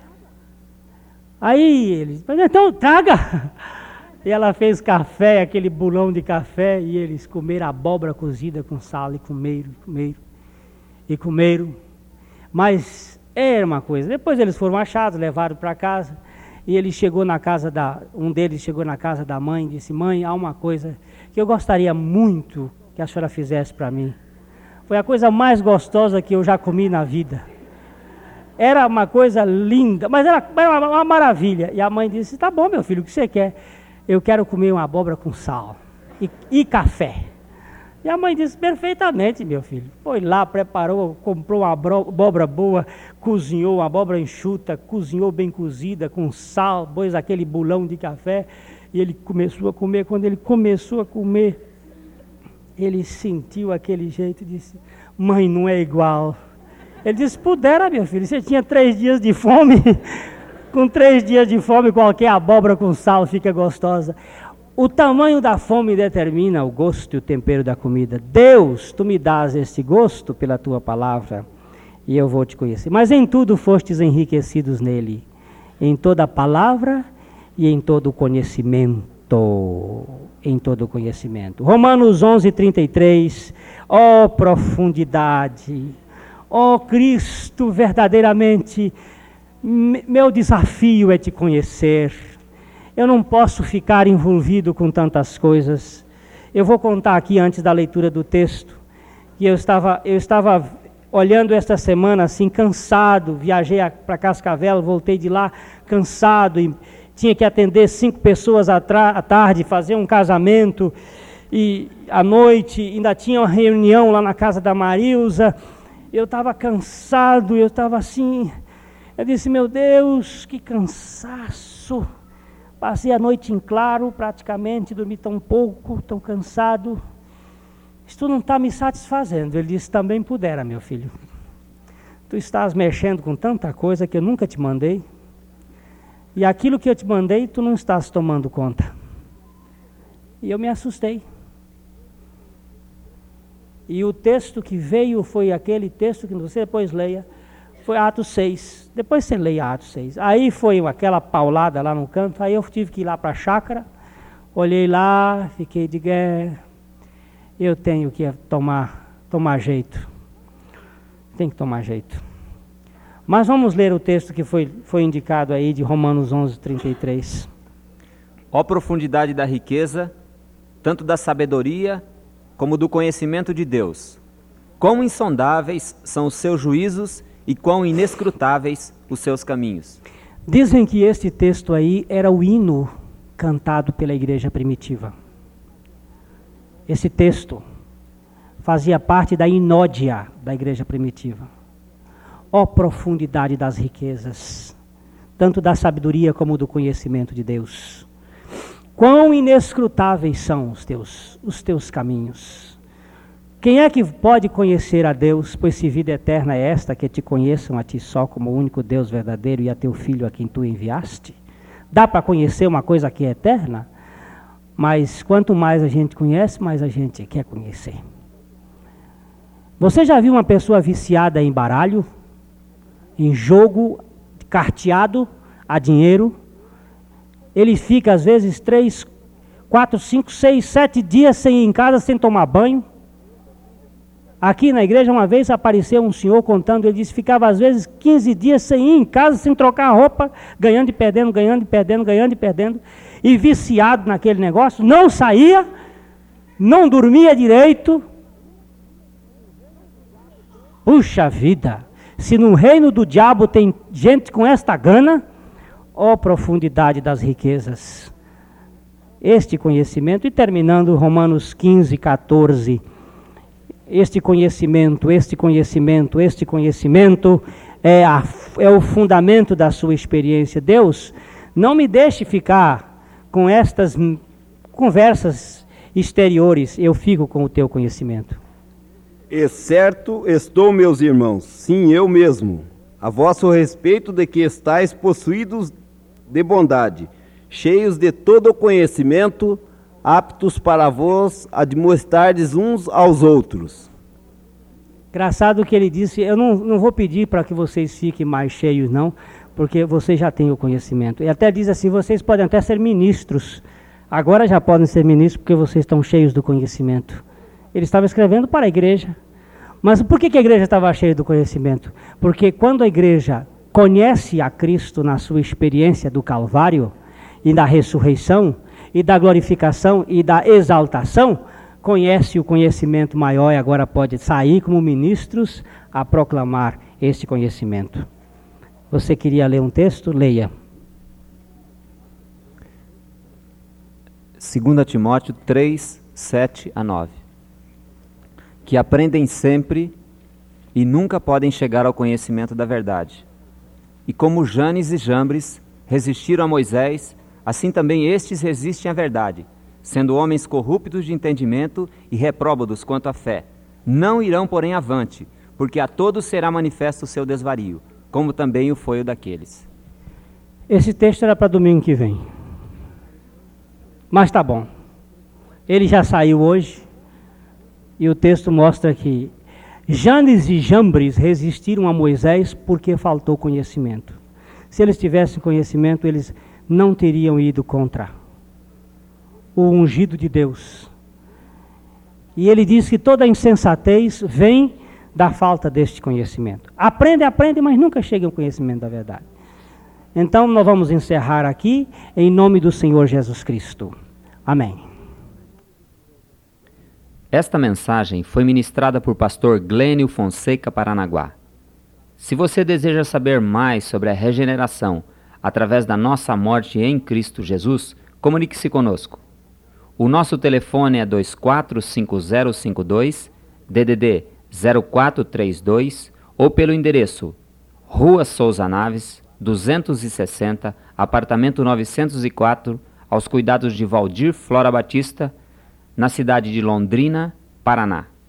Aí ele disse, então traga. E ela fez café, aquele bulão de café, e eles comeram abóbora cozida com sal, e comeram. Mas era uma coisa. Depois eles foram achados, levaram para casa, e ele chegou na casa um deles chegou na casa da mãe e disse, mãe, há uma coisa que eu gostaria muito que a senhora fizesse para mim. Foi a coisa mais gostosa que eu já comi na vida. Era uma coisa linda, mas era uma maravilha. E a mãe disse, tá bom, meu filho, o que você quer? Eu quero comer uma abóbora com sal e café. E a mãe disse, perfeitamente, meu filho. Foi lá, preparou, comprou uma abóbora boa, cozinhou uma abóbora enxuta, cozinhou bem cozida, com sal, pôs aquele bulão de café, e ele começou a comer. Quando ele começou a comer, ele sentiu aquele jeito e disse, mãe, não é igual. Ele disse, pudera, meu filho, você tinha 3 dias de fome... Com 3 dias de fome, qualquer abóbora com sal fica gostosa. O tamanho da fome determina o gosto e o tempero da comida. Deus, tu me dás este gosto pela tua palavra e eu vou te conhecer. Mas em tudo fostes enriquecidos nele, em toda palavra e em todo conhecimento. Em todo conhecimento. Romanos 11:33, ó profundidade, ó Cristo, verdadeiramente... Meu desafio é te conhecer. Eu não posso ficar envolvido com tantas coisas. Eu vou contar aqui antes da leitura do texto que eu estava olhando esta semana assim cansado, viajei para Cascavel, voltei de lá cansado e tinha que atender 5 pessoas à tarde, fazer um casamento. e à noite ainda tinha uma reunião lá na casa da Marilza. Eu estava cansado, eu estava assim, eu disse, meu Deus, que cansaço. Passei a noite em claro, praticamente, dormi tão pouco, tão cansado. Isso não está me satisfazendo. Ele disse, também pudera, meu filho. Tu estás mexendo com tanta coisa que eu nunca te mandei. E aquilo que eu te mandei, tu não estás tomando conta. E eu me assustei. E o texto que veio foi aquele texto que você depois leia, foi Atos 6. Depois você leia Atos 6. Aí foi aquela paulada lá no canto, aí eu tive que ir lá para a chácara, olhei lá, fiquei de guerra. Eu tenho que tomar jeito. Tem que tomar jeito. Mas vamos ler o texto que foi indicado aí de Romanos 11:33. Ó profundidade da riqueza, tanto da sabedoria como do conhecimento de Deus. Quão insondáveis são os seus juízos e quão inescrutáveis os seus caminhos. Dizem que este texto aí era o hino cantado pela igreja primitiva. Esse texto fazia parte da inódia da igreja primitiva. Ó profundidade das riquezas, tanto da sabedoria como do conhecimento de Deus. Quão inescrutáveis são os teus caminhos. Quem é que pode conhecer a Deus? Pois se vida eterna é esta, que te conheçam a ti só como o único Deus verdadeiro e a teu Filho a quem tu enviaste. Dá para conhecer uma coisa que é eterna? Mas quanto mais a gente conhece, mais a gente quer conhecer. Você já viu uma pessoa viciada em baralho? Em jogo, carteado a dinheiro? Ele fica às vezes 3, 4, 5, 6, 7 dias sem ir em casa, sem tomar banho. Aqui na igreja uma vez apareceu um senhor contando, ele disse que ficava às vezes 15 dias sem ir em casa, sem trocar a roupa, ganhando e perdendo, ganhando e perdendo, ganhando e perdendo, e viciado naquele negócio, não saía, não dormia direito. Puxa vida, se no reino do diabo tem gente com esta gana, ó profundidade das riquezas, este conhecimento. E terminando Romanos 15:14, este conhecimento é o fundamento da sua experiência. Deus, não me deixe ficar com estas conversas exteriores, eu fico com o teu conhecimento. E certo estou, meus irmãos, sim, eu mesmo, a vosso respeito, de que estáis possuídos de bondade, cheios de todo o conhecimento, aptos para vos admoestardes uns aos outros. Engraçado que ele disse, eu não vou pedir para que vocês fiquem mais cheios não, porque vocês já têm o conhecimento. E até diz assim, vocês podem até ser ministros, agora já podem ser ministros porque vocês estão cheios do conhecimento. Ele estava escrevendo para a igreja. Mas por que a igreja estava cheia do conhecimento? Porque quando a igreja conhece a Cristo na sua experiência do Calvário, e da ressurreição, e da glorificação, e da exaltação, conhece o conhecimento maior e agora pode sair como ministros a proclamar este conhecimento. Você queria ler um texto? Leia. 2 Timóteo 3, 7-9. Que aprendem sempre e nunca podem chegar ao conhecimento da verdade. E como Janes e Jambres resistiram a Moisés, assim também estes resistem à verdade, sendo homens corruptos de entendimento e repróbados quanto à fé. Não irão, porém, avante, porque a todos será manifesto o seu desvario, como também o foi o daqueles. Esse texto era para domingo que vem. Mas tá bom. Ele já saiu hoje, e o texto mostra que Janes e Jambres resistiram a Moisés porque faltou conhecimento. Se eles tivessem conhecimento, eles não teriam ido contra o ungido de Deus. E ele diz que toda a insensatez vem da falta deste conhecimento. Aprende, mas nunca chega ao conhecimento da verdade. Então nós vamos encerrar aqui em nome do Senhor Jesus Cristo. Amém. Esta mensagem foi ministrada por pastor Glênio Fonseca Paranaguá. Se você deseja saber mais sobre a regeneração através da nossa morte em Cristo Jesus, comunique-se conosco. O nosso telefone é 245052, DDD 0432, ou pelo endereço Rua Souza Naves, 260, apartamento 904, aos cuidados de Valdir Flora Batista, na cidade de Londrina, Paraná.